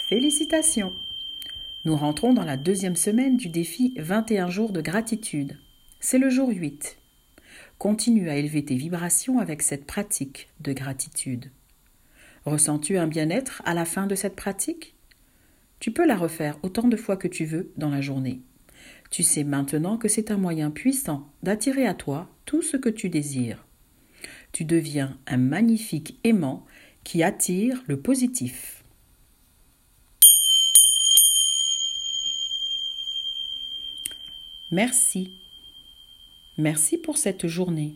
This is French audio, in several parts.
Félicitations! Nous rentrons dans la deuxième semaine du défi 21 jours de gratitude. C'est le jour 8. Continue à élever tes vibrations avec cette pratique de gratitude. Ressens-tu un bien-être à la fin de cette pratique? Tu peux la refaire autant de fois que tu veux dans la journée. Tu sais maintenant que c'est un moyen puissant d'attirer à toi tout ce que tu désires. Tu deviens un magnifique aimant qui attire le positif. Merci. Merci pour cette journée.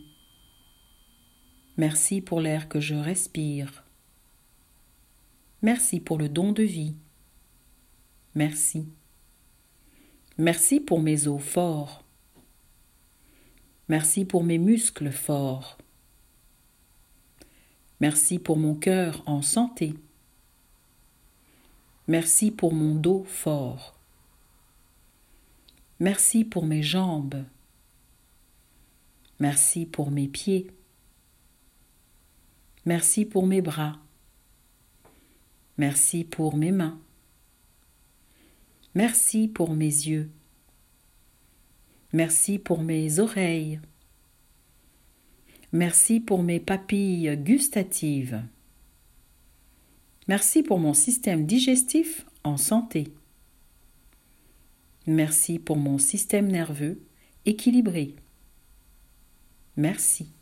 Merci pour l'air que je respire. Merci pour le don de vie. Merci. Merci pour mes os forts. Merci pour mes muscles forts. Merci pour mon cœur en santé. Merci pour mon dos fort. Merci pour mes jambes. Merci pour mes pieds. Merci pour mes bras. Merci pour mes mains. Merci pour mes yeux. Merci pour mes oreilles. Merci pour mes papilles gustatives. Merci pour mon système digestif en santé. Merci pour mon système nerveux équilibré. Merci.